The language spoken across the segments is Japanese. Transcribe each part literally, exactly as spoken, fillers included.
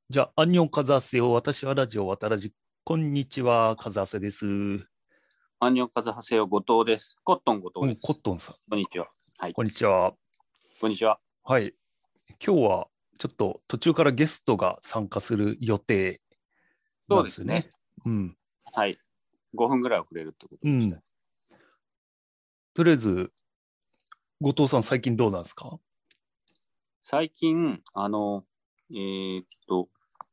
じゃあ、アンニョンカズハセよ。私はラジオ渡らじ。こんにちは、カズハセです。うアンニョンカズハセヨ後藤です。コットン後藤ん、 です。 コットンさん。 こんにちは。はい。 こんにちは。 こんにちは。 はい。今日はちょっと途中からゲストが参加する予定なそうですね。 んですね。うん。 はい。ごふんぐらい遅れるってことでした。 うん。とりあえず、後藤さん、最近どうなんですか？ 最近、あの、えーっと、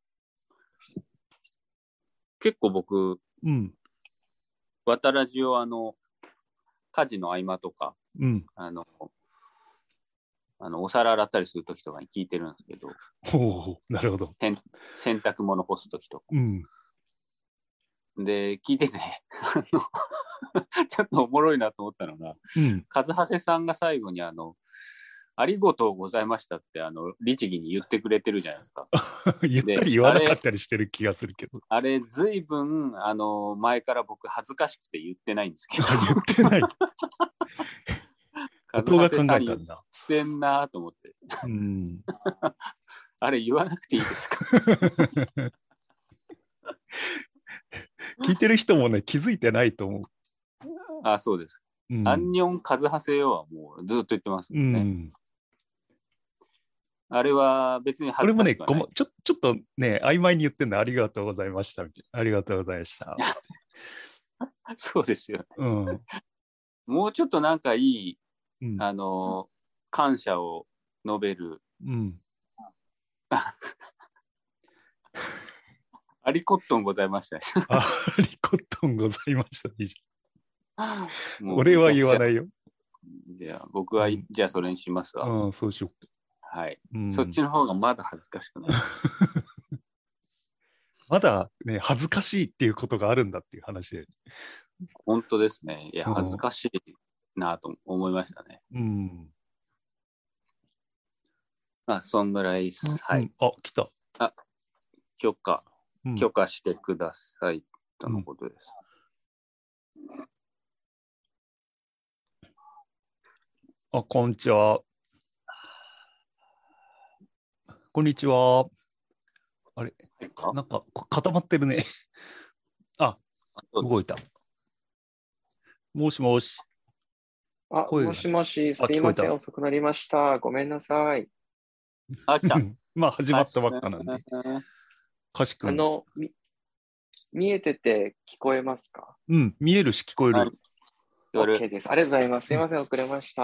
結構僕、 うん。 渡らじをあの、家事の合間とか、 うん。 あの、あのお皿洗ったりするときとかに聞いてるんですけど、 おお、なるほど。 洗洗濯物干すときとか。 うん。 で、聞いてて、あのちょっとおもろいなと思ったのが、 うん。 カズハセさんが最後にあの、ありがとうございましたって、あの、律儀に言ってくれてるじゃないですか。 言ったで、 り言わなかっあれ、 たりしてる気がするけど。 あれ、ずいぶん、あの、前から僕恥ずかしくて言ってないんですけど、 あ、言ってない。 カズ後藤が考ハセさん言っえたんだ。 てんなと思って、 うん。 あれ言わなくていいですか？ 聞いてる人もね、気づいてないと思う。 あ、そうです。 うん。 アンニョンカズハセヨはもうずっと言ってますうもんね。 ん。 あれは別に恥ず俺もね、 かしくはない。 ごも、ちょ、ちょっとね、曖昧に言ってんの、ありがとうございましたみたいな。ありがとうございました。 そうですよ。 うん。 もうちょっとなんかいい、 うん。 あの、感謝を述べる、 うん。 アリコットンございましたね。 ありがとうございました。以上。 もう俺はめちゃくちゃ。 言わないよ。 じゃあ僕は、 うん。 じゃあそれにしますわ。 うん、そうしよう。 はい。 うん。 そっちの方がまだ恥ずかしくない。 まだね、恥ずかしいっていうことがあるんだっていう話で。 本当ですね。いや、 うん。 恥ずかしいなと思いましたね。 うん。 まあ、そんぐらいです。はい。 うん。あ、来た。 あ、許可、 うん。 許可してくださいとうん。 のことです。 あ、こんにちは。こんにちは。あれ、 はいかなんかこ固まってるね。あ、 そうです。 動いた。もしもし。 あ、も声が。 しもし、 あ、聞こえた。 すいません、遅くなりました。ごめんなさい。 あ、来た。 まあ、始まったばっかしくん。 かなんで。かしくん。 あの、み、見えてて聞こえますか？ うん、見えるし聞こえはい。 る。 夜。 OK です。ありがとうございます。すうん、 いません、遅れました。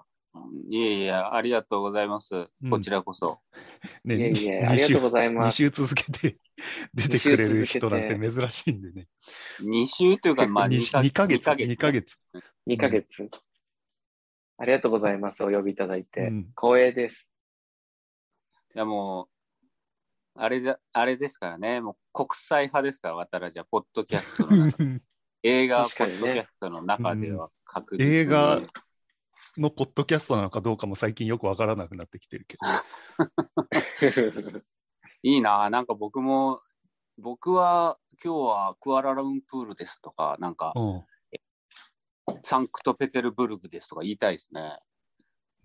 いえいえ、ありがとうございます。こうん。 ちらこそ。 ね、にいえいえ、あ 2週、 りがとうござい 2週ます。 続けて出て 2週くれる続け人なんてて珍しいんでね。 に週というか、まあに、 にか、 にかげつ、 にかげつ 2 ね。 ヶ月。 にかげつ。ありがとうございます。お呼びいただいて。 うん。 光栄です。 いやもう、あれじゃ、あれですからね。もう国際派ですから、渡らじゃ、ポッドキャストの中。映画確かにね。 ポッドキャストの中では確映画実に。 のポッドキャストなのかどうかも最近よくわからなくなってきてるけど。 いいな、なんか僕も、僕は今日はクアラルンプールですとか、なんか、 うん。 サンクトペテルブルクですとか言いたいですね。 うん、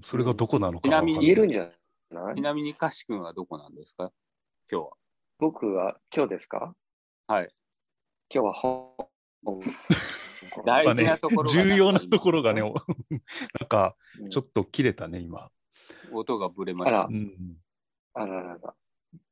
それがどこなのちなみに、 かわかんない。 言えるんじゃない？ ちなみにカシ君はどこなんですか今日僕は、今日ですか？ は。はい。 今日は香港。 大事なところが重要ななんか今、 ところがね、なんかうんちょっと切れたね、今。 音がぶれまあらしたね。 うん、 あららら。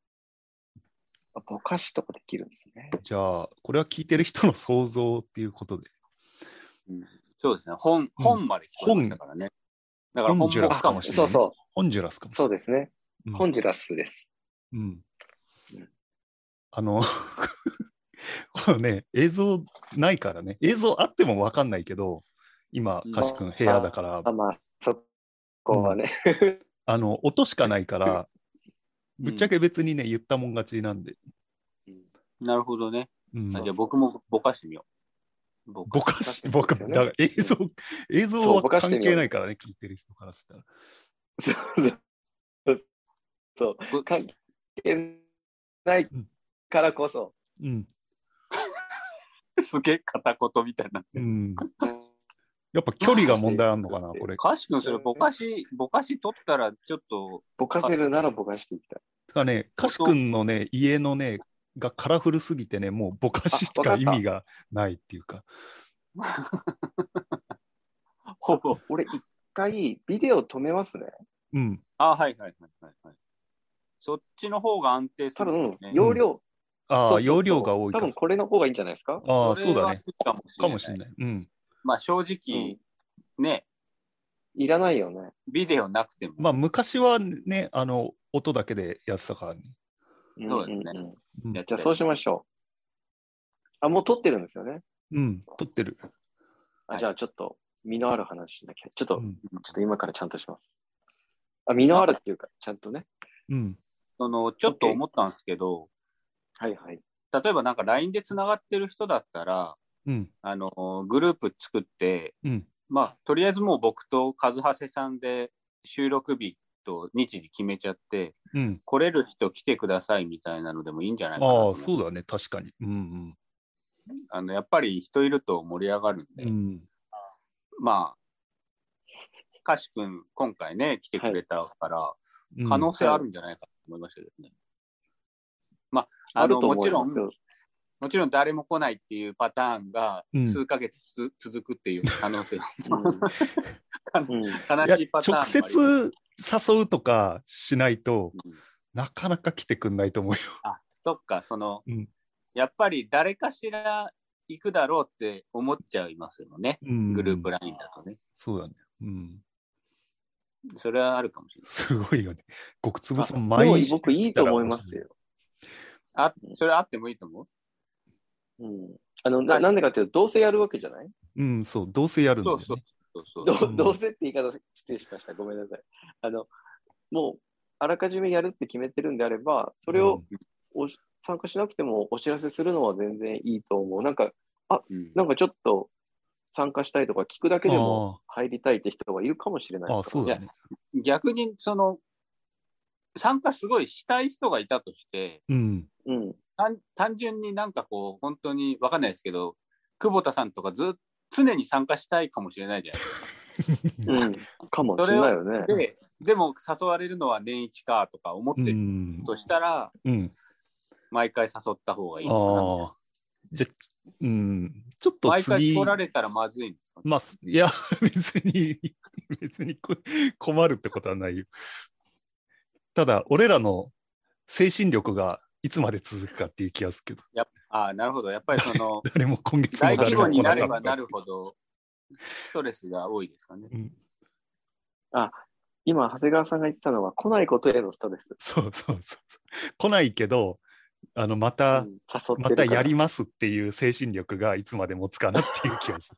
ぼかしとかできるんですね。 じゃあ、これは聞いてる人の想像っていうことで。 うん、そうですね。本、 うん、 本まで聞こえましたからね。だから本物ホンジュラスかかもしれない。 もしれないね。 そうそう。 ホンジュラスかもしれない。 そうですね。 うん、 ホンジュラスです。 うん。あの、このね、映像ないからね、映像あってもわかんないけど、今、 うんカシ君部屋だから、 あまあ、そこはね。 あの、音しかないから、ぶっちゃうんけ別にね、言ったもん勝ちなんで。 なるほどね。 うん、 あじゃあ僕もぼかしてみよう。ぼぼかかし、 ぼぼか、 かしてみだですよねから映像、映像そうは関ぼかしてみよう係ないからね、聞いてる人からしたら。 そうそうそう。 こ関係ないからこそ。 うん。 すげえ片言みたいになってる。 うん。やっぱ距離が問題あるのかな、これ。 カシ君それぼかし、ぼかし取ったらちょっと、 ぼかせるならぼかしていきたい。 だからね、カシ君のね、家のね、がカラフルすぎてね、もうぼかししか意味がないっていうか。 ほぼ。 俺一回ビデオ止めますね。 うん。 あ、はいはいはいはい、はい。そっちの方が安定す多る、ね。 分、容量、うん、 ああ、 そうそうそう容量が多いか。 多分これの方がいいんじゃないですか。 ああ、そうだね。 かもしれない。 かもしれない。うん。 まあ正直、うん、ね。 いらないよね。 ビデオなくても。 まあ昔はね、あの、音だけでやってたからね。 そうですね。 うん、じゃあそうしましょう。あ、もう撮ってるんですよね。 うん、撮ってる。 あ、じゃあちょっと、身のある話しなきゃ。ちょっと、 うん、 ちょっと今からちゃんとします。あ、身のあるっていうか、ちゃんとね。 うん。 その、ちょっと思ったんですけど、 はいはい。 例えばなんか ライン でつながってる人だったら、 うん、 あの、グループ作って、 うん、 まあ、とりあえずもう僕と和橋さんで収録日と日時決めちゃって、 うん、 来れる人来てくださいみたいなのでもいいんじゃないかなと思う。 ああ、そうだね、確かに。うん、うん。 あのやっぱり人いると盛り上がるんで、うん、まあ、カシ君、今回ね、来てくれたから、はい、可能性あるんじゃないかと思いましたけどね。まあ、あのもちろん、もちろん誰も来ないっていうパターンが数ヶ月つ、うん、続くっていう可能性は、うん、悲しいパターンもあります。 直接誘うとかしないと、うん、なかなか来てくんないと思うよ。 あ、そっか、その、うん、やっぱり誰かしら行くだろうって思っちゃいますよね、うん、グループラインだとね。 そうだね。うん。 それはあるかもしれない。 すごいよね。極粒さん、 毎日。僕いいと思いますよ。 あ、それあってもいいと思う？ うん。あの、な, なんでかっていうと、どうせやるわけじゃない？ うん、そう、どうせやるんだよね。そうそうそうそう。ど, どうせって言い方失礼しました。ごめんなさい。あの、もう、あらかじめやるって決めてるんであれば、それを、うん、参加しなくてもお知らせするのは全然いいと思う。なんか、あ、うん、なんかちょっと参加したいとか聞くだけでも入りたいって人がいるかもしれないですから、ね。 ああ、そうだね。 逆に、その、参加すごいしたい人がいたとして、 うんうん、 単純になんかこう、本当に分かんないですけど、久保田さんとかずっと常に参加したいかもしれないじゃないですか。 うん、かもしれないよね。 で、でも誘われるのは年一かとか思ってるとしたら、 うん、 毎回誘った方がいいのかな。 じゃ、うん、ちょっと次。 毎回来られたらまずいんですか、ね、 まあ、いや、別に、別に困るってことはないよ。ただ、俺らの精神力がいつまで続くかっていう気がするけど。 やあなるほど。やっぱりその、 誰も今月も大規模になればなるほど、ストレスが多いですかね。 うん、 あ、今、長谷川さんが言ってたのは、来ないことへのストレス。 そうそうそう。来ないけど、あのまた、うん、またやりますっていう精神力がいつまで持つかなっていう気がする。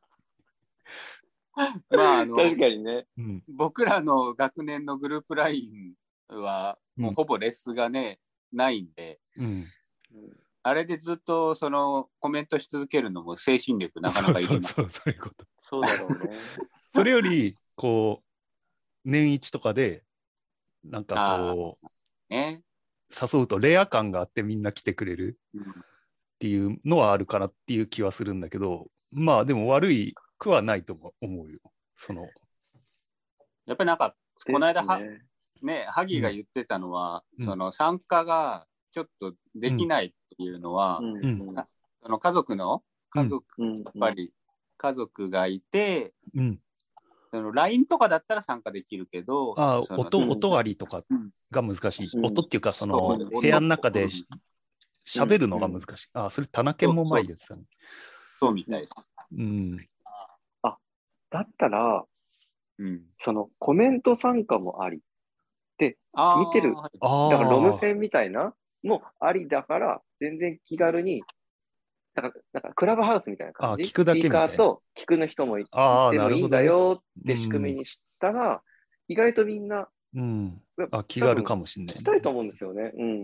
まあ、あの確かにね、 うん、僕らの学年のグループラインは、もうほぼレスがね、うん、ないんで、 うん、 あれでずっとそのコメントし続けるのも精神力なかなかいります。 そうそうそう、そういうこと。 そうだろうね。 それより、こう、年一とかで、なんかこう、 ね、 誘うとレア感があってみんな来てくれるっていうのはあるかなっていう気はするんだけど、まあでも悪いくはないと思うよ。そのやっぱりなんか、この間は、ね、ね、萩が言ってたのは、うん、その参加がちょっとできないっていうのは、うん、その家族の、家族、うん、やっぱり家族がいて、 うん、 その ライン とかだったら参加できるけど、 あ音、音ありとかが難しい。うん、音っていうか、その部屋の中で喋るのが難しい。あ、それ、田中も前言ってたね。 そうみたいです。 うん。 あ、だったら、うん、そのコメント参加もあり。で、見てる。だからロム線みたいなもありだから、全然気軽に、なんか、なんかクラブハウスみたいな感じ。 あ、聞くだけみたいな。 スピーカーと聞くの人もいてもいいんだよって仕組みにしたら、うん、意外とみんな、 うん、あ、気軽かもしれない、ね。 したいと思うんですよね。うん。 うん、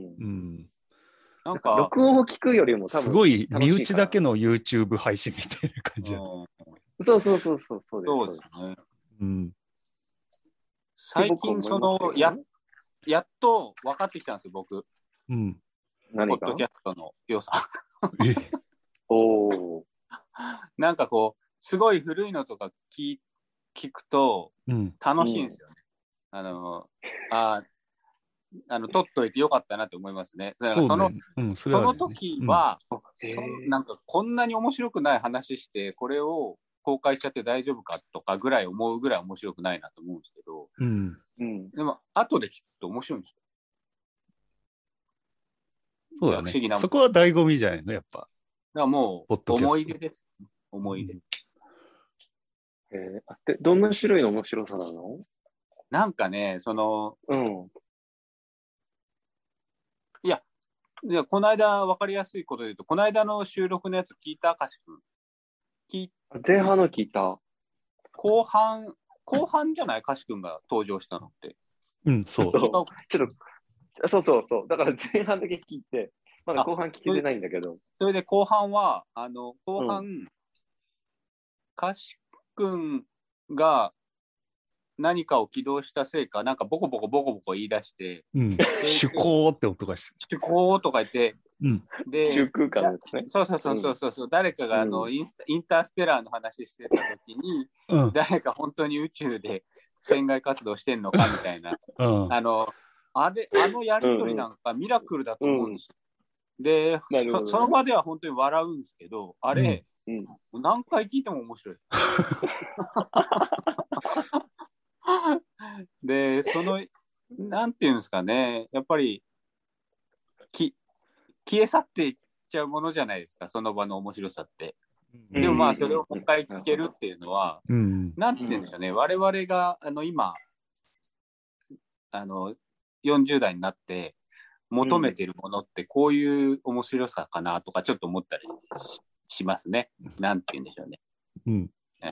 なんか録音を聞くよりも多分すごい身内だけの YouTube 配信みたいな感じだ、ね。 そうそうそうそうそうです。 そうですね。 うん。 最近そのややっと分かってきたんですよ、僕。 うん。 何がポッドキャストの良さ。 えおなんかこうすごい古いのとか聞聞くと楽しいんですよね。うん、あのああの取っといてよかったなって思いますね。だからその、そ、ねうん、そ, ね、その時は、うん、そなんかこんなに面白くない話してこれを公開しちゃって大丈夫かとかぐらい思うぐらい面白くないなと思うんですけど、 うんうん、でも後で聞くと面白いんですよ。そうだね。不思議なそこは醍醐味じゃないのやっぱ。だからもう思い出です。思い出。うんえー、でどんな種類の面白さなの？ なんかね、その、 うん、 いや、いやこの間分かりやすいことで言うと、この間の収録のやつ聞いたかしくん。 聞前半の聞いた。 後半、後半じゃないかしくんが登場したのって。 うん、そう。 そうちょっと、そうそうそう。だから前半だけ聞いて、まだ後半聞けてないんだけど。 それで後半は、あの、後半、うん、かしくんが何かを起動したせいか、なんかボコボコボコボコ言い出して、 うん、シュコーって音がして。 シュコーとか言って、 うん、 で、 シュ空間ですね。 そうそうそうそうそう、うん、誰かがあの、うん、インスタ、インターステラーの話してた時に、うん、誰か本当に宇宙で船外活動してんのかみたいな、うん、あの、あれ、あのやりとりなんかミラクルだと思うんですよ。うん、で、そ、その場では本当に笑うんですけど、あれ、うん、何回聞いても面白い。で、その、なんていうんですかね、やっぱり、き消え去っていっちゃうものじゃないですか、その場の面白さって。でもまあ、それをもう一回聞けるっていうのは、うん、なんていうんでしょうね、我々があの今、あの、よんじゅう代になって求めているものってこういう面白さかなとかちょっと思ったり し, しますね。なんていうんでしょうね。 うん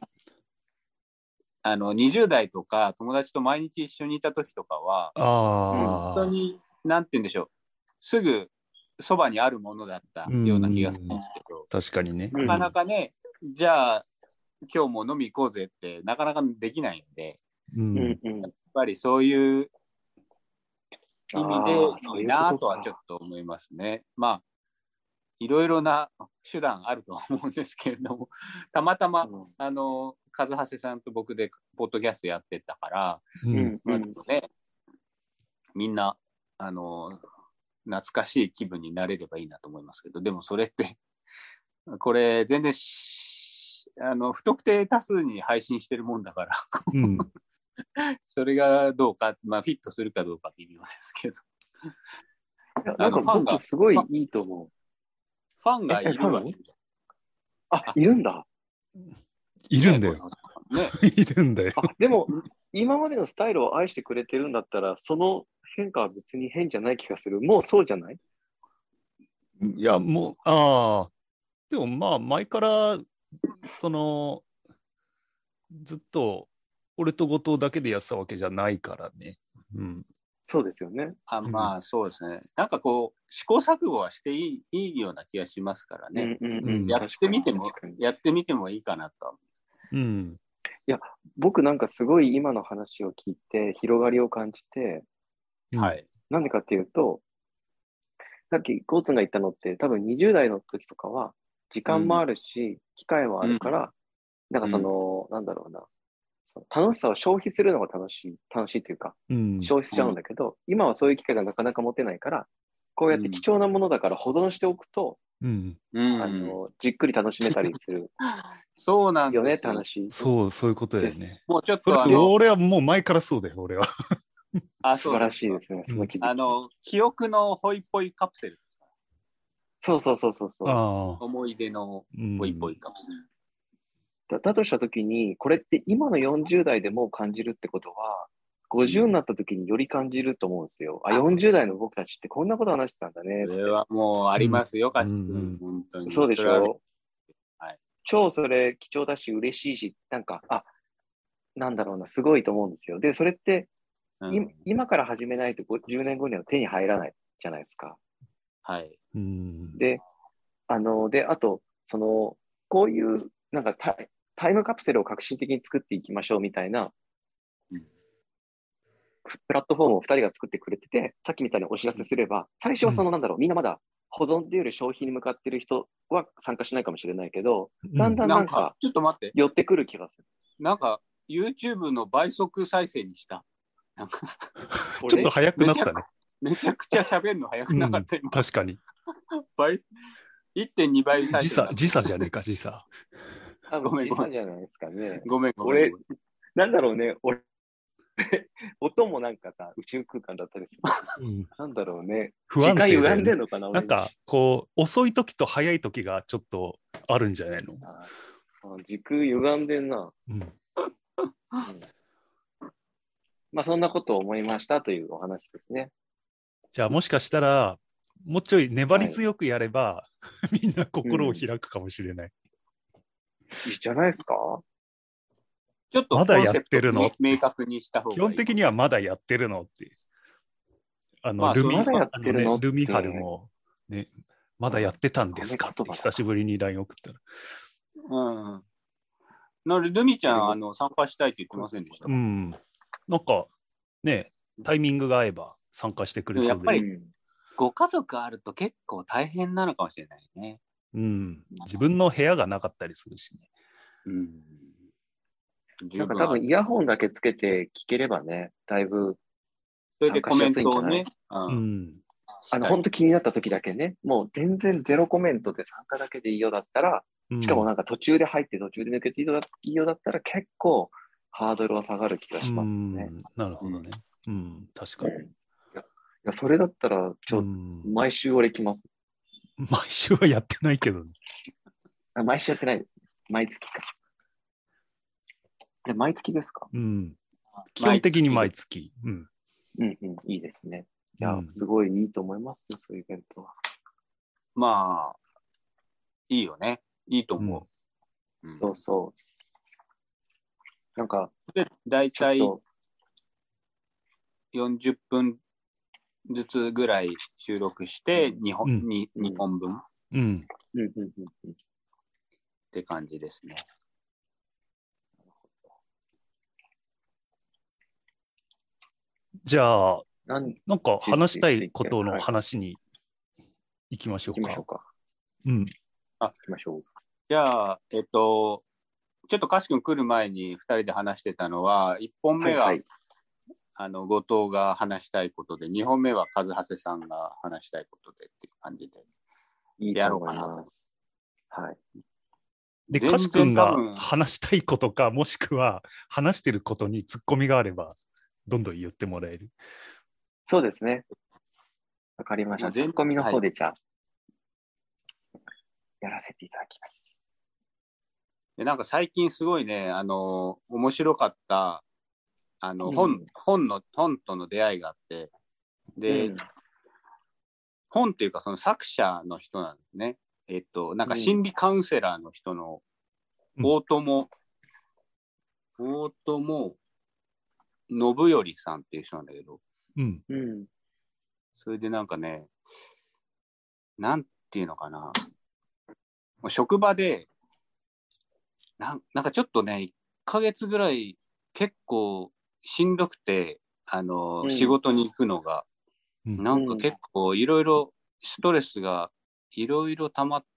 あのにじゅう代とか友達と毎日一緒にいた時とかはあ本当に何て言うんでしょう、すぐそばにあるものだったような気がするんですけど、 確かにね、 なかなかね、うん、じゃあ今日も飲み行こうぜってなかなかできないんで、 うん、 やっぱりそういう意味でいいなとはちょっと思いますね。まあいろいろな手段あると思うんですけれども、たまたま、うん、あの和橋さんと僕でポッドキャストやってたから、 うんまあね、みんなあの懐かしい気分になれればいいなと思いますけど、でもそれってこれ全然あの不特定多数に配信してるもんだから、 うん、 それがどうか、まあ、フィットするかどうか微妙ですけど。 いやなんか僕すごいいいと思う。 ファンがいるわけ。 あ、いるんだ。 いるんだよ。 ね、 いるんだよ。 あ、でも、今までのスタイルを愛してくれてるんだったら、その変化は別に変じゃない気がする。もうそうじゃない？ いや、もう、ああ。でもまあ、前から、その、ずっと、俺と後藤だけでやってたわけじゃないからね。うん。 そうですよね。 あ、まあそうですね。なんかこう試行錯誤はしていい、いいような気がしますからね。 うんうんうん、 やってみてもやってみてもいいかなと。 うん。 いや僕なんかすごい今の話を聞いて広がりを感じて、 はい。 なんでかっていうと、さっきゴーツンが言ったのって多分にじゅう代の時とかは時間もあるし、うん、機会もあるから、うん、なんかその、うん、なんだろうな。楽しさを消費するのが楽しい、楽しいというか、 うん、 消費しちゃうんだけど、うん、今はそういう機会がなかなか持てないから、こうやって貴重なものだから保存しておくと、 うん、 あのじっくり楽しめたりする。 そうなんですよねって話。 そう、そういうことだよね。 もうちょっとあの俺はもう前からそうだよ、俺は。 あ、素晴らしいですね、その気づき。 あの、記憶のホイポイカプセルですか？ そうそうそうそうそう。 思い出のホイポイカプセル。 だ, だとしたときに、これって今のよんじゅう代でも感じるってことは、ごじゅうになったときにより感じると思うんですよ。あ、よんじゅう代の僕たちってこんなこと話してたんだねって。 それはもうありますよ、かしくん。本当に。 そうでしょ。 はい。 超それ貴重だし嬉しいし、なんか、あ、なんだろうな、すごいと思うんですよ。で、それって、うん、今から始めないとじゅうねんごには手に入らないじゃないですか。 はい。 で、あの、で、あと、その、こういう、なんかタイ、タイムカプセルを革新的に作っていきましょうみたいな、うん、プラットフォームをふたりが作ってくれてて、さっきみたいにお知らせすれば、最初はその、なんだろう、みんなまだ保存っていうより消費に向かってる人は参加しないかもしれないけど、だんだんなんか、 ちょっと待って、 寄ってくる気がする。 なんか、YouTube の倍速再生にした。なんかちょっと早くなったね。 めちゃくちゃ喋るの早くなかった、 うん、確かに。 倍 いってんに 倍再生。 時差、時差じゃねえか、時差。 多分時差じゃないですかね。 ごめんごめん。 俺、なんだろうね、俺、音もなんかさ、宇宙空間だったりする。うん、なんだろうね。 不安定で、ね、 時間歪んでんのかな、 なんか、こう、遅い時と早い時がちょっとあるんじゃないの？ ああ、時空歪んでんな。うん。うん、まあ、そんなことを思いましたというお話ですね。 じゃあ、もしかしたら、もうちょい粘り強くやれば、はい、みんな心を開くかもしれない。 うん、いいじゃないですか。 ちょっとまだやってるの明確にした方がいい。 基本的にはまだやってるのって。あの、まあ、ルミ、 まだやってるのって、 ね、ルミハルも、ね、まだやってたんですかって久しぶりに ライン 送ったら。 うん。なるルミちゃん、あの、参加したいって言ってませんでした？ うん。なんか、ね、タイミングが合えば参加してくれそうで。 やっぱり、ご家族あると結構大変なのかもしれないね。 うん。自分の部屋がなかったりするしね。 うん。 なんか多分イヤホンだけつけて聞ければね、だいぶ参加しやすいんじゃない？それでコメントをね。 うん。 あの、本当気になった時だけね、もう全然ゼロコメントで参加だけでいいようだったら、うん、しかもなんか途中で入って途中で抜けていいようだったら結構ハードルは下がる気がしますよね。 なるほどね。うん、うん、確かに。うん、いや、いやそれだったら、ちょ、うん、毎週俺来ます。 毎週はやってないけどね。 あ、毎週やってないですね。毎月か。え、毎月ですか？ うん。基本的に毎月。うん。 うんうん、いいですね。いや、うん、すごいいいと思いますね、そういうイベントは。 まあ、いいよね。いいと思う。うん、そうそう。なんか、 で、だいたいよんじゅっぷんずつぐらい収録して、にほん、うん、にほんぶん。 うん。うん。 って感じですね。 じゃあ、なんか話したいことの話に行きましょうか。 行きましょうか。 うん。 あ、行きましょう。 じゃあ、えっと、ちょっとカシ君来る前にふたりで話してたのは、いっぽんめが、はいはい、あの、後藤が話したいことで、にほんめは和長さんが話したいことでっていう感じで、 いいやろうかな。はい。 で、カシ君が話したいことか、もしくは話してることにツッコミがあれば、どんどん言ってもらえる。 そうですね。わかりました。ツッコミの方でじゃあ、はい、やらせていただきます。 でなんか最近すごいね、あの、面白かった、あの、うん、本、本の、本との出会いがあって、で、うん、本っていうかその作者の人なんですね。えっと、なんか心理カウンセラーの人の、大友、うん、大友、信頼さんっていう人なんだけど、 うん、 それでなんかね、なんていうのかな、もう職場でな、なんかちょっとね、いっかげつぐらい結構しんどくて、あの、うん、仕事に行くのが、うん、なんか結構いろいろストレスがいろいろ溜まって、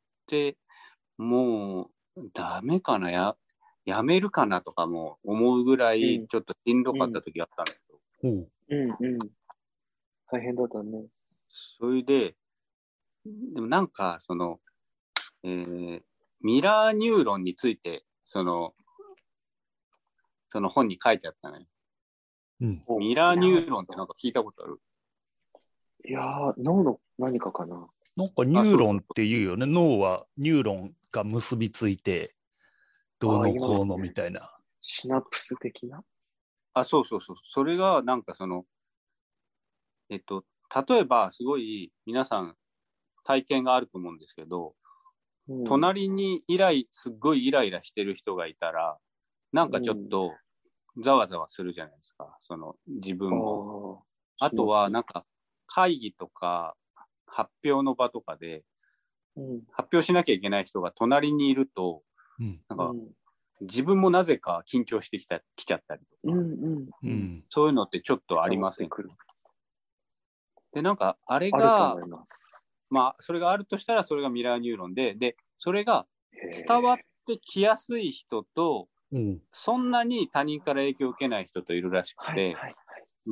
もうダメかな、や、やめるかなとかも思うぐらいちょっとしんどかった時あったんだけど。 うんうんうん。大変だったね。 それで、でもなんかその、えー、ミラーニューロンについて、その、その本に書いてあったね。 うん、 ミラーニューロンってなんか聞いたことある？ いやー、脳の何かかな。 なんかニューロンっていうよね。脳はニューロンが結びついて、どうのこうのみたいな、ね。 シナプス的な？ あ、そうそうそう。それがなんかその、えっと、例えばすごい皆さん体験があると思うんですけど、うん、隣にイライ、すっごいイライラしてる人がいたら、なんかちょっとざわざわするじゃないですか、その自分も。あとはなんか会議とか発表の場とかで、うん、発表しなきゃいけない人が隣にいると、うん、なんか自分もなぜか緊張してきた、きちゃったりとか、うんうんうん、そういうのってちょっとありませんか？で、なんかあれが、まあそれがあるとしたらそれがミラーニューロンで、で、それが伝わってきやすい人と、うん、そんなに他人から影響を受けない人といるらしくて、はいはいはい、で、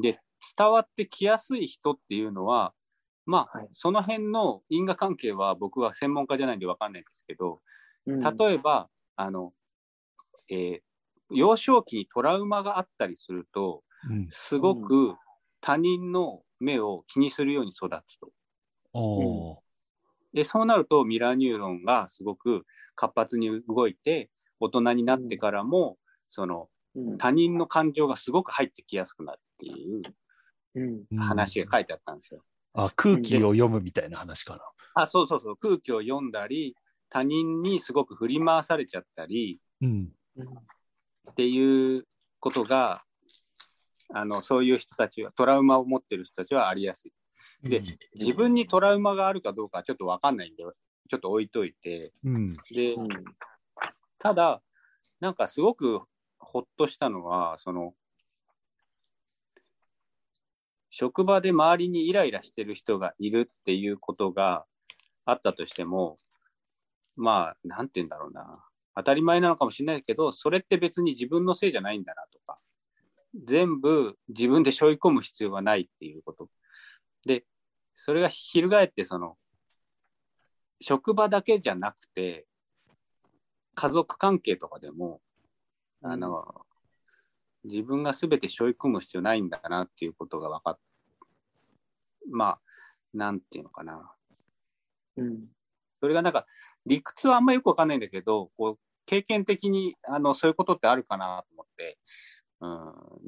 伝わってきやすい人っていうのは、まあ、 はい、 その辺の因果関係は僕は専門家じゃないんで分かんないんですけど、 うん、 例えば、あの、えー、幼少期にトラウマがあったりすると、うん、すごく他人の目を気にするように育つと。 うん、 でそうなるとミラーニューロンがすごく活発に動いて、大人になってからも、うん、その他人の感情がすごく入ってきやすくなるっていう話が書いてあったんですよ。 うん、あ、空気を読むみたいな話かな。 あ、そうそうそう、空気を読んだり、他人にすごく振り回されちゃったり、うん、っていうことが、あのそういう人たちは、トラウマを持ってる人たちはありやすい。で、自分にトラウマがあるかどうかはちょっと分かんないんで、ちょっと置いといて、うん、で、うん、ただ、なんかすごくほっとしたのは、その、職場で周りにイライラしてる人がいるっていうことがあったとしても、まあ、なんて言うんだろうな、当たり前なのかもしれないけど、それって別に自分のせいじゃないんだなとか、全部自分で背負い込む必要はないっていうこと。で、それが翻って、その、職場だけじゃなくて、家族関係とかでも、うん、あの、自分が全て背負い込む必要ないんだなっていうことが分かっ、まあ、なんていうのかな。うん。それがなんか、理屈はあんまりよく分かんないんだけど、こう、経験的にあのそういうことってあるかなと思って、うん、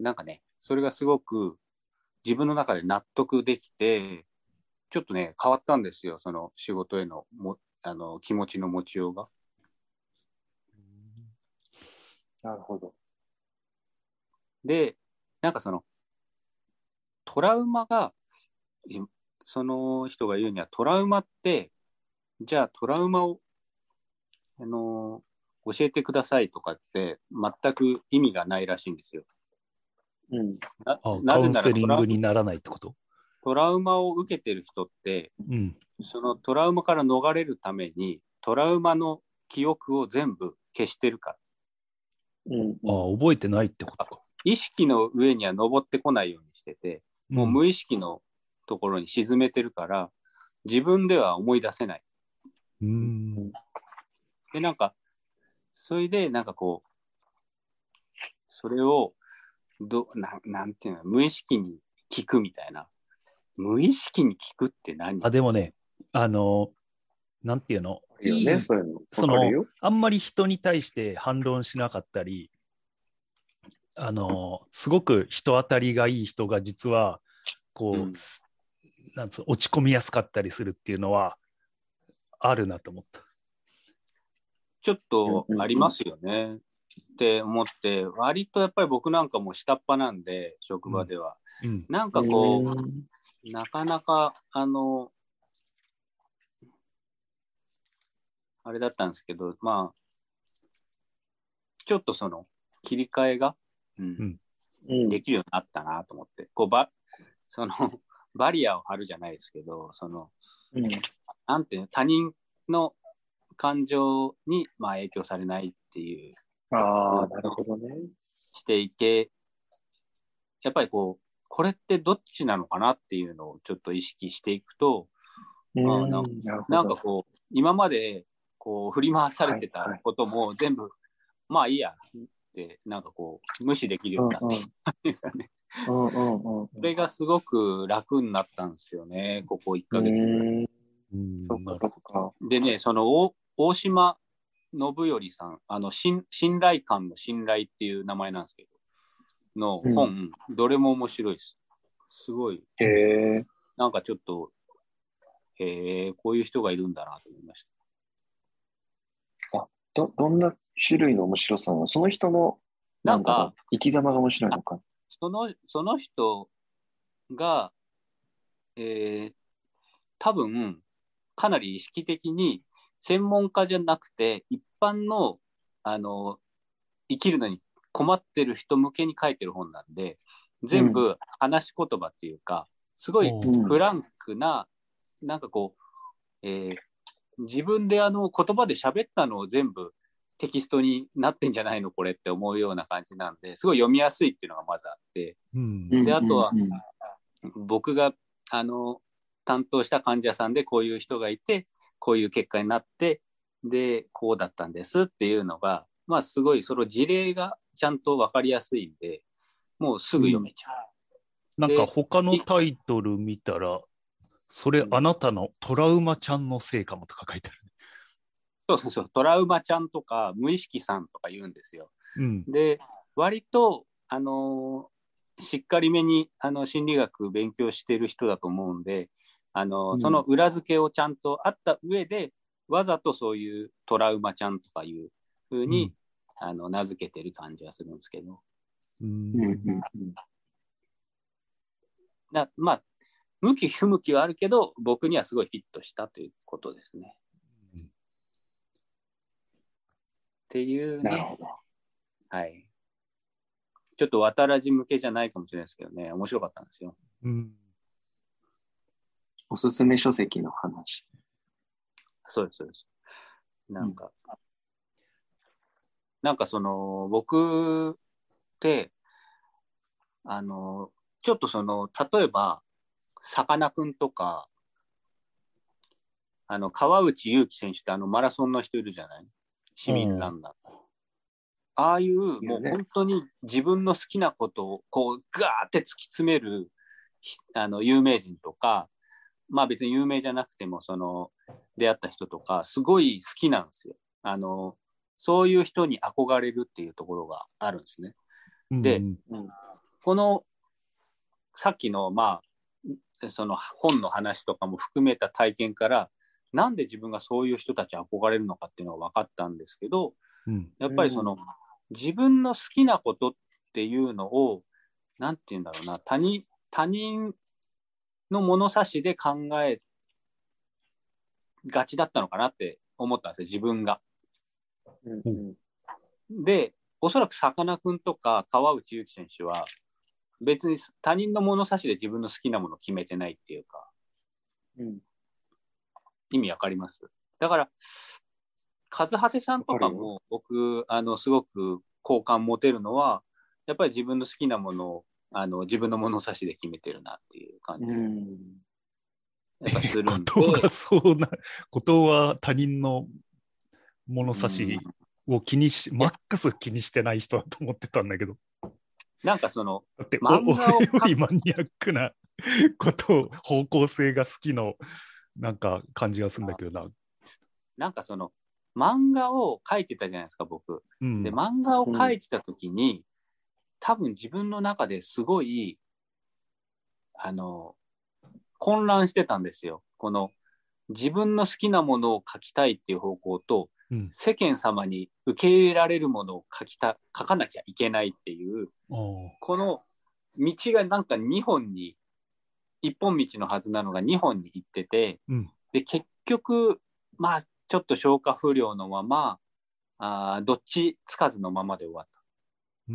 なんかね、それがすごく自分の中で納得できて、ちょっとね、変わったんですよ、その仕事へのもあの気持ちの持ちようが。 なるほど。 で、なんかその、トラウマが、その人が言うには、トラウマって、じゃあトラウマを、あの、教えてくださいとかって、全く意味がないらしいんですよ。 うん、なカウンセリングにならないってこと？ トラウマを受けてる人って、うん、そのトラウマから逃れるためにトラウマの記憶を全部消してるから、 うんうん、あ、覚えてないってことか。 意識の上には登ってこないようにしてて、もう無意識のところに沈めてるから、うん、自分では思い出せない。うん、でなんかそれでなんかこうそれをど な, なんていうの、無意識に聞くみたいな。無意識に聞くって何？ あ、でもね、あの、なんていうの、 いいよね、そういうの。 その、あんまり人に対して反論しなかったり、あの、すごく人当たりがいい人が実は、こう、うん、なんつう、落ち込みやすかったりするっていうのは、あるなと思った。 ちょっとありますよね。うんうんうんって思って、割とやっぱり僕なんかも下っ端なんで、職場では。うんうん、なんかこう、なかなか、あの、あれだったんですけど、まあ、ちょっとその、切り替えが、うんうん、できるようになったなと思って、こうば、その、バリアを張るじゃないですけど、その、うん、なんていうの、他人の感情に、まあ、影響されないっていう、 ああ、なるほどね。 していけ、やっぱりこう、これってどっちなのかなっていうのをちょっと意識していくと、あななんかこう、今までこう振り回されてたことも全部、はいはい、まあいいやって、なんかこう、無視できるようになってきたっていうかね。それがすごく楽になったんですよね、ここいっかげつぐらい。 うんそっかそっか。 でね、その大島信頼さん、あの信頼感の信頼っていう名前なんですけど、の本、うん、どれも面白いです。すごい。 へえ。 なんかちょっと、へえ、こういう人がいるんだなと思いました。 あ、ど、どんな種類の面白さなの？その人の、 なんか、 生き様が面白いのか。 その、その人が、えー、多分、かなり意識的に、専門家じゃなくて、一般の、あの、生きるのに困ってる人向けに書いてる本なんで、全部話し言葉っていうか、うん、すごいフランクな、うん、なんかこう、えー、自分であの言葉で喋ったのを全部テキストになってんじゃないのこれって思うような感じなんで、すごい読みやすいっていうのがまずあって、うん、であとは、 僕があの担当した患者さんでこういう人がいてこういう結果になってでこうだったんですっていうのが、まあ、すごいその事例がちゃんと分かりやすいんでもうすぐ読めちゃう、 うん、なんか他のタイトル見たらそれあなたのトラウマちゃんのせいかもとか書いてある、ね、 そうそうそうトラウマちゃんとか無意識さんとか言うんですよ、 うん、 で割とあのー、しっかりめにあの心理学勉強してる人だと思うんであのーうん、その裏付けをちゃんとあった上でわざとそういうトラウマちゃんとかいうふうに、うん、あの名付けてる感じはするんですけど、 うんだまあ向き不向きはあるけど僕にはすごいフィットしたということですね、うん、っていうね。 なるほど。 はい。ちょっと渡らじ向けじゃないかもしれないですけどね、面白かったんですよ。 うん、 おすすめ書籍の話。 そうです、そうです。なんか、うん、なんかその、僕って、あの、ちょっとその、例えば、さかなクンとか、あの、川内優輝選手ってあのマラソンの人いるじゃない？市民ランナー。ああいう、もう本当に自分の好きなことをこうガーって突き詰めるあの有名人とか、まあ別に有名じゃなくてもその出会った人とかすごい好きなんですよ。あのそういう人に憧れるっていうところがあるんですね。で、うん、このさっきのまあその本の話とかも含めた体験からなんで自分がそういう人たちに憧れるのかっていうのが分かったんですけど、うん、やっぱりその、うん自分の好きなことっていうのを、なんて言うんだろうな、他人、他人の物差しで考えがちだったのかなって思ったんですよ、自分が。うんうん、で、おそらくさかなクンとか川内優輝選手は、別に他人の物差しで自分の好きなものを決めてないっていうか、うん、意味わかります？だから、和長さんとかも僕あのすごく好感持てるのはやっぱり自分の好きなものをあの自分の物差しで決めてるなっていう感じやっぱするんで後藤がそうな後藤は他人の物差しを気にしマックス気にしてない人だと思ってたんだけどなんかそのだって漫画を俺よりマニアックなこと方向性が好きのなんか感じがするんだけどななんかその漫画を描いてたじゃないですか僕、うん、で漫画を描いてた時に、うん、多分自分の中ですごいあの混乱してたんですよ。この自分の好きなものを描きたいっていう方向と、うん、世間様に受け入れられるものを描きた描かなきゃいけないっていうこの道がなんかにほんにいっぽん道のはずなのがにほんに行ってて、うん、で結局まあちょっと消化不良のままあどっちつかずのままで終わった、うん、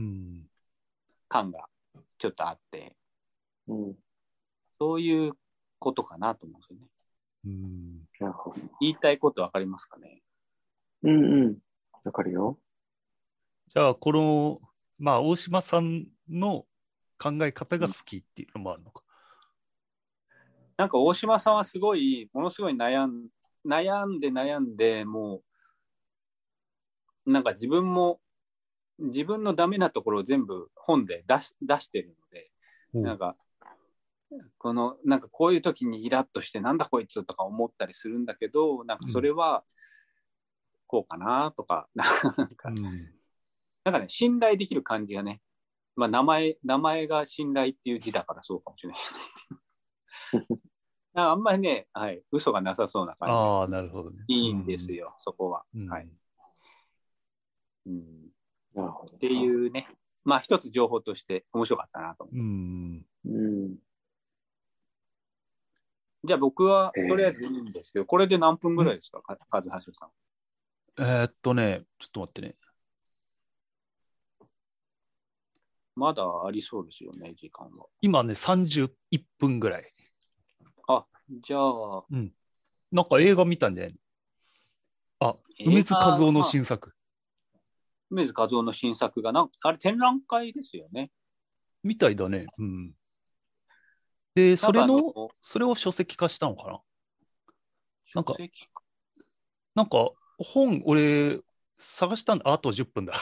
感がちょっとあって、うん、そういうことかなと思うんですよね。うん、言いたいことわかりますかね？ うんうんわかるよ。 じゃあこのまあ大島さんの考え方が好きっていうのもあるのか、 うん、なんか大島さんはすごいものすごい悩ん悩んで悩んでもうなんか自分も自分のダメなところを全部本で出し、出してるので、なんかこのなんかこういう時にイラッとしてなんだこいつとか思ったりするんだけどなんかそれはこうかなとか、うん、なんか、うん、なんかね信頼できる感じがね、まあ名前名前が信頼っていう字だからそうかもしれない。あんまりね、はい、嘘がなさそうな感じ。 ああ、なるほどね。 いいんですよ、うん、そこは。うん、はい。うん。なるほど。っていうね、まあ一つ情報として面白かったなと思って。うん。うん、じゃあ僕はとりあえずいいんですけど、えー、これで何分ぐらいですか、和橋さん。 えー、っとね、ちょっと待ってね。 まだありそうですよね、時間は。 今ね、さんじゅういっぷんぐらい。 あ、じゃあ、 うん。なんか映画見たんじゃないの？あ、梅津和夫の新作。 梅津和夫の新作がなん、あれ展覧会ですよね。 みたいだね。うん。 で、それの、それを書籍化したのかな。なんか、なんか本、俺、探したんだ。あとじゅっぷんだ。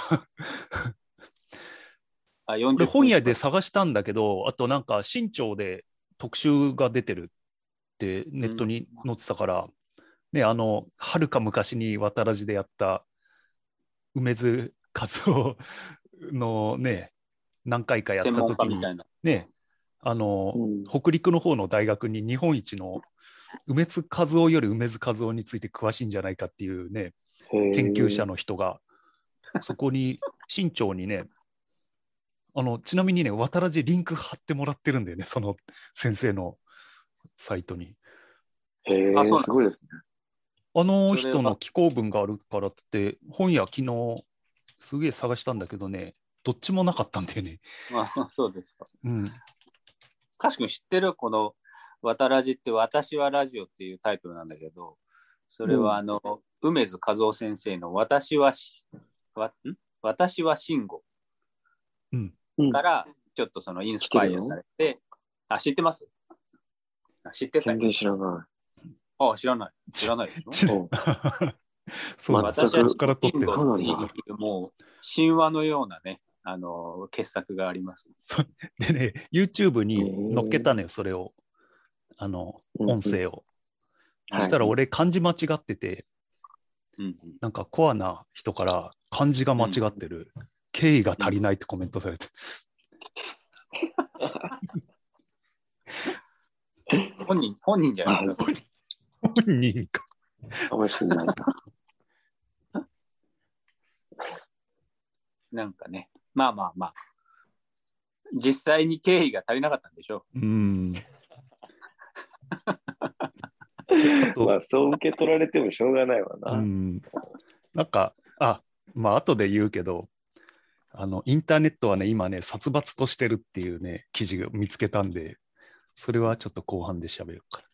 あ、よんじゅっぷん。 本屋で探したんだけど、あとなんか新潮で特集が出てるってネットに載ってたから、うん、ね、あの、はるか昔に渡らじでやった梅津和夫のね、何回かやった時に、ね、あの、うん、北陸の方の大学に日本一の梅津和夫より梅津和夫について詳しいんじゃないかっていうね、研究者の人が、そこに、新潮にね、あの、ちなみにね、渡らじリンク貼ってもらってるんだよね、その先生のサイトに。 へー、すごいですね。 あの人の寄稿文があるからって、本屋昨日すげえ探したんだけどね、どっちもなかったんだよね。 あ、そうですか。 うん。 かしくん知ってるこの渡らじって私はラジオっていうタイトルなんだけど、それはあの、うん、梅津和夫先生の私はし、わん私は慎吾からちょっとそのインスパイアされて、あ、知ってます？知ってた？ 全然知らない。 あ、知らない。知らないでしょ。 そう、 私はから撮ってるっていうもう神話のようなね、あの傑作があります。 でね、YouTube に載っけたのよ、それを。あの、音声を。うんうん、そしたら俺、漢字間違ってて、はい、なんかコアな人から漢字が間違ってる、うん、敬意が足りないってコメントされて。 本人、本人じゃないですか。 本人か。 面白いな。 なんかね、まあまあまあ、実際に敬意が足りなかったんでしょう。 うん。 まあ、そう受け取られてもしょうがないわな。 うん。なんか、あ、まあ、後で言うけど、あの、インターネットはね、今ね、殺伐としてるっていうね、記事を見つけたんで、それはちょっと後半で喋るから。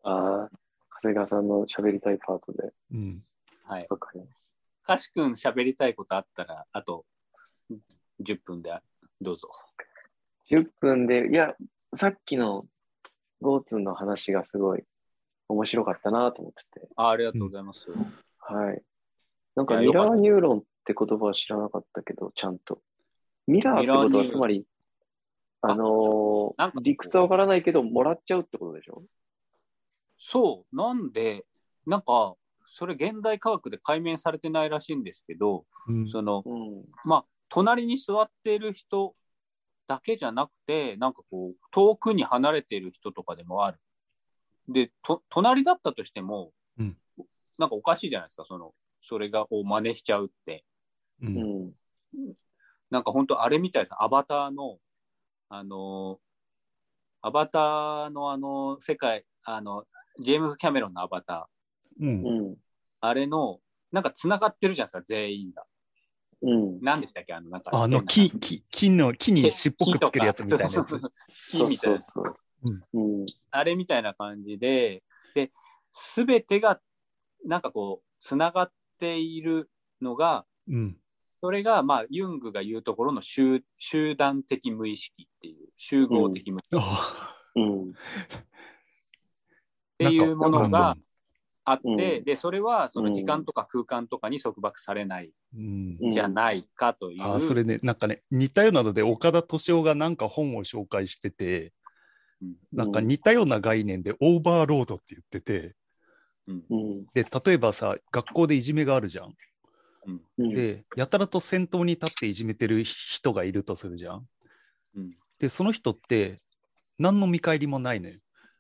ああ、長谷川さんの喋りたいパートで。 うん。 はい。わかります。かしくん喋りたいことあったら、あとじゅっぷんでどうぞ。 じゅっぷんで、いや、さっきのゴーツンの話がすごい面白かったなと思ってて。 あ、ありがとうございます。 うん、はい。なんかミラーニューロンって言葉は知らなかったけど、ちゃんと。ミラーってことはつまり、あのー、理屈はわからないけど、もらっちゃうってことでしょ？ そう。なんで、なんか、それ現代科学で解明されてないらしいんですけど、うん、その、うん、まあ、隣に座っている人だけじゃなくて、なんかこう、遠くに離れている人とかでもある。で、と隣だったとしても、うん、なんかおかしいじゃないですか、その、それがを真似しちゃうって。うん、なんか本当あれみたいです。アバターの、あの、アバターのあの、世界、あの、ジェームズ・キャメロンのアバター。うん、あれの、なんか繋がってるじゃないですか、全員が。うん、何でしたっけあの、なんか。 あの木、木、木の、木に尻尾くっつけるやつみたいなやつ。 木みたいな。そうそうそううん、あれみたいな感じで、で、すべてが、なんかこう、つながっているのが、うん、それが、まあ、ユングが言うところの 集, 集団的無意識っていう、集合的無意識。うんうん、っていうものがあって、で、それはその時間とか空間とかに束縛されないじゃないかという。 うん、あ、それね、なんかね、似たようなので、岡田敏夫がなんか本を紹介してて、なんか似たような概念でオーバーロードって言ってて、うん、で例えばさ学校でいじめがあるじゃん、うん、でやたらと先頭に立っていじめてる人がいるとするじゃん、うん、でその人って何の見返りもないのよ、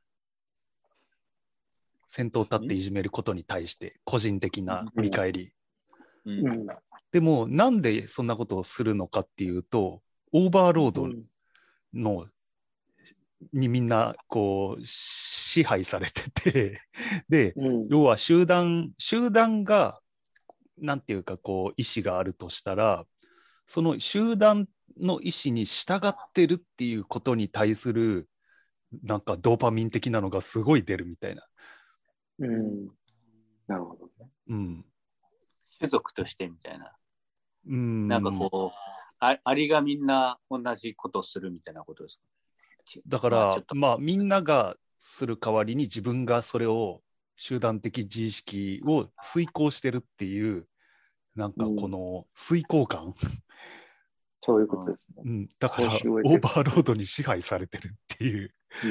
先頭立っていじめることに対して個人的な見返り、うんうん、でもなんでそんなことをするのかっていうとオーバーロードのにみんなこう支配されててで、うん、要は集団集団がなんていうかこう意思があるとしたらその集団の意思に従ってるっていうことに対するなんかドーパミン的なのがすごい出るみたいな。 うん、なるほどね。 うん。 種族としてみたいな。うん。なんかこうあアリがみんな同じことをするみたいなことですか。 だから、まあ、まあ、みんながする代わりに自分がそれを集団的自意識を遂行してるっていう、なんかこの遂行感、うん、 そういうことですね。 うん、だからオーバーロードに支配されてるっていう。うん、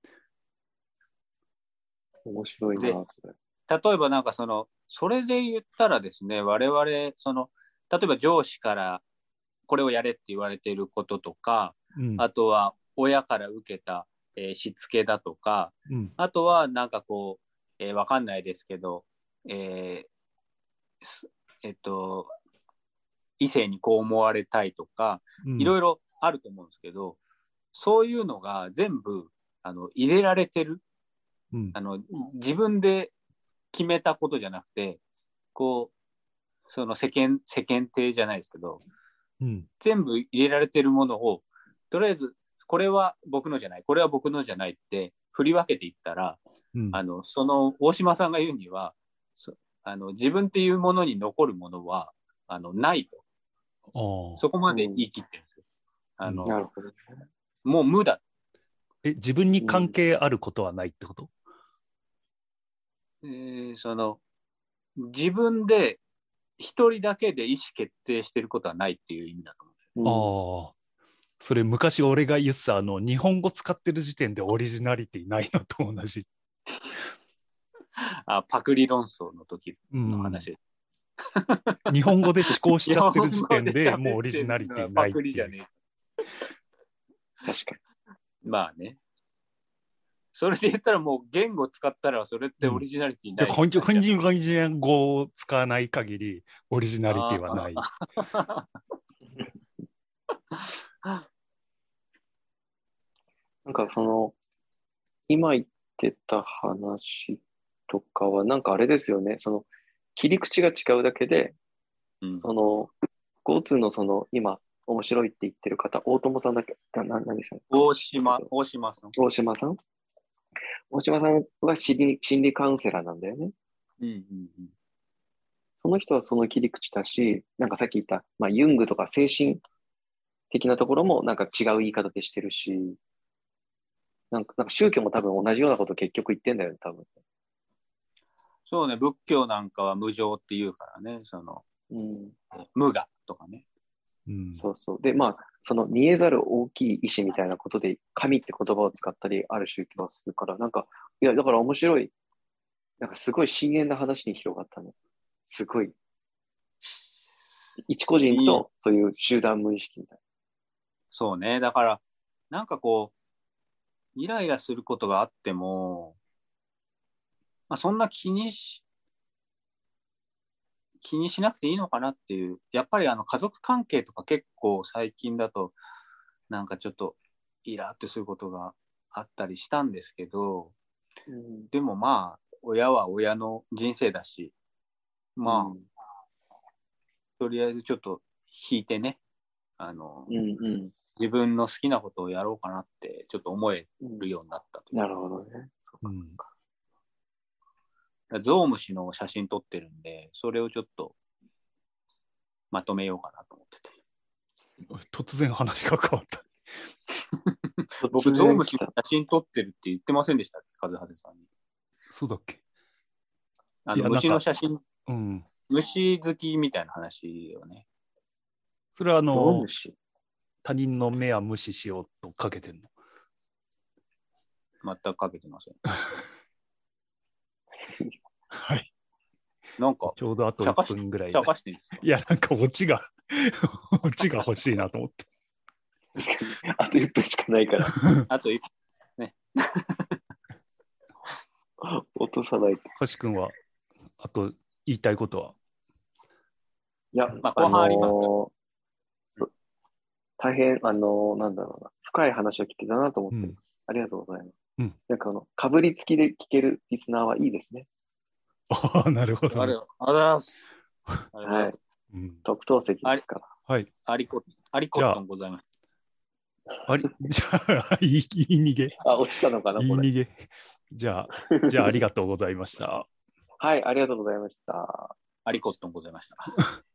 面白いなそれ。 例えばなんかそのそれで言ったらですね、我々その例えば上司からこれをやれって言われていることとか、うん、あとは親から受けた、えー、しつけだとか、うん、あとはなんかこう、えー、わかんないですけど、えー、えっと異性にこう思われたいとか、うん、いろいろあると思うんですけど、そういうのが全部あの入れられてる、うん、あの自分で決めたことじゃなくて、こうその世間世間体じゃないですけど、うん、全部入れられてるものをとりあえずこれは僕のじゃない、これは僕のじゃないって振り分けていったら、うん、あのその大島さんが言うには、あの自分っていうものに残るものはあのないと。そこまで言い切ってるんですよ。あの、なるほどね。もう無だ。 え、自分に関係あることはないってこと？ うん、えー、その自分で一人だけで意思決定してることはないっていう意味だと思う。ああ、それ昔俺が言ってたあの日本語使ってる時点でオリジナリティないのと同じ。 あ、パクリ論争の時の話です。 うん、日本語で思考しちゃってる時点でもうオリジナリティないっていう。 確かに。まあね。それで言ったらもう言語使ったらそれってオリジナリティない、うん。 本人本人語を使わない限りオリジナリティはない。 なんかその今言ってた話とかはなんかあれですよね。その切り口が違うだけで、うん、その交通のその今面白いって言ってる方、大友さんだけ、な何でしょう？ 大島、大島さん。 大島さん大島さんは心理、心理カウンセラーなんだよね。 うんうんうん。 その人はその切り口だし、なんかさっき言った、まあ、ユングとか精神的なところもなんか違う言い方でしてるし、なんかなんか宗教も多分同じようなこと結局言ってんだよね、多分。 そうね、仏教なんかは無常って言うからね、その、うん、無我とかね。 うん、そうそう。で、まあ、その見えざる大きい意志みたいなことで、神って言葉を使ったり、ある宗教はするから、なんか、いや、だから面白い、なんかすごい深遠な話に広がったね。すごい。一個人とそういう集団無意識みたいな。 そうね。だから、なんかこう、イライラすることがあっても、まあ、そんな気にし、気にしなくていいのかなっていう。やっぱりあの家族関係とか結構最近だと、なんかちょっとイラーってすることがあったりしたんですけど、うん、でもまあ、親は親の人生だし、まあ、うん、とりあえずちょっと引いてね、あの、うんうん、自分の好きなことをやろうかなってちょっと思えるようになったと、 うん、なるほどね。そうか、 うん、ゾウムシの写真撮ってるんで、それをちょっとまとめようかなと思ってて。突然話が変わった。 僕、ゾウムシの写真撮ってるって言ってませんでしたっけ、カズハゼさんに。 そうだっけ？ あの虫の写真、うん、虫好きみたいな話をね。 それはあの、他人の目は無視しようとかけてんの？ 全くかけてません。 はい。 なんか、 ちょうどあといっぷんぐらい。 茶化していいですか？ いや、なんかオチが、オチが欲しいなと思って。 あといっぷんしかないから。 あといっぷん。ね。 落とさないと。 星君は、あと言いたいことは？ いや、まあ、後半あります、あのー、大変、あのー、なんだろうな、深い話を聞けたなと思って、うん、ありがとうございます。うん、なんかあの、かぶりつきで聞けるリスナーはいいですね。 ああ、なるほど、ね。 ありがとうございます。 はい。うん、特等席ですから。 はい。 ありこ、ありこっとんございます。 あり、じゃあ、言い逃げ。 あ、落ちたのかな、 言い逃げ。じゃあ、じゃあ、ありがとうございました。 はい、ありがとうございました。 ありこっとんございました。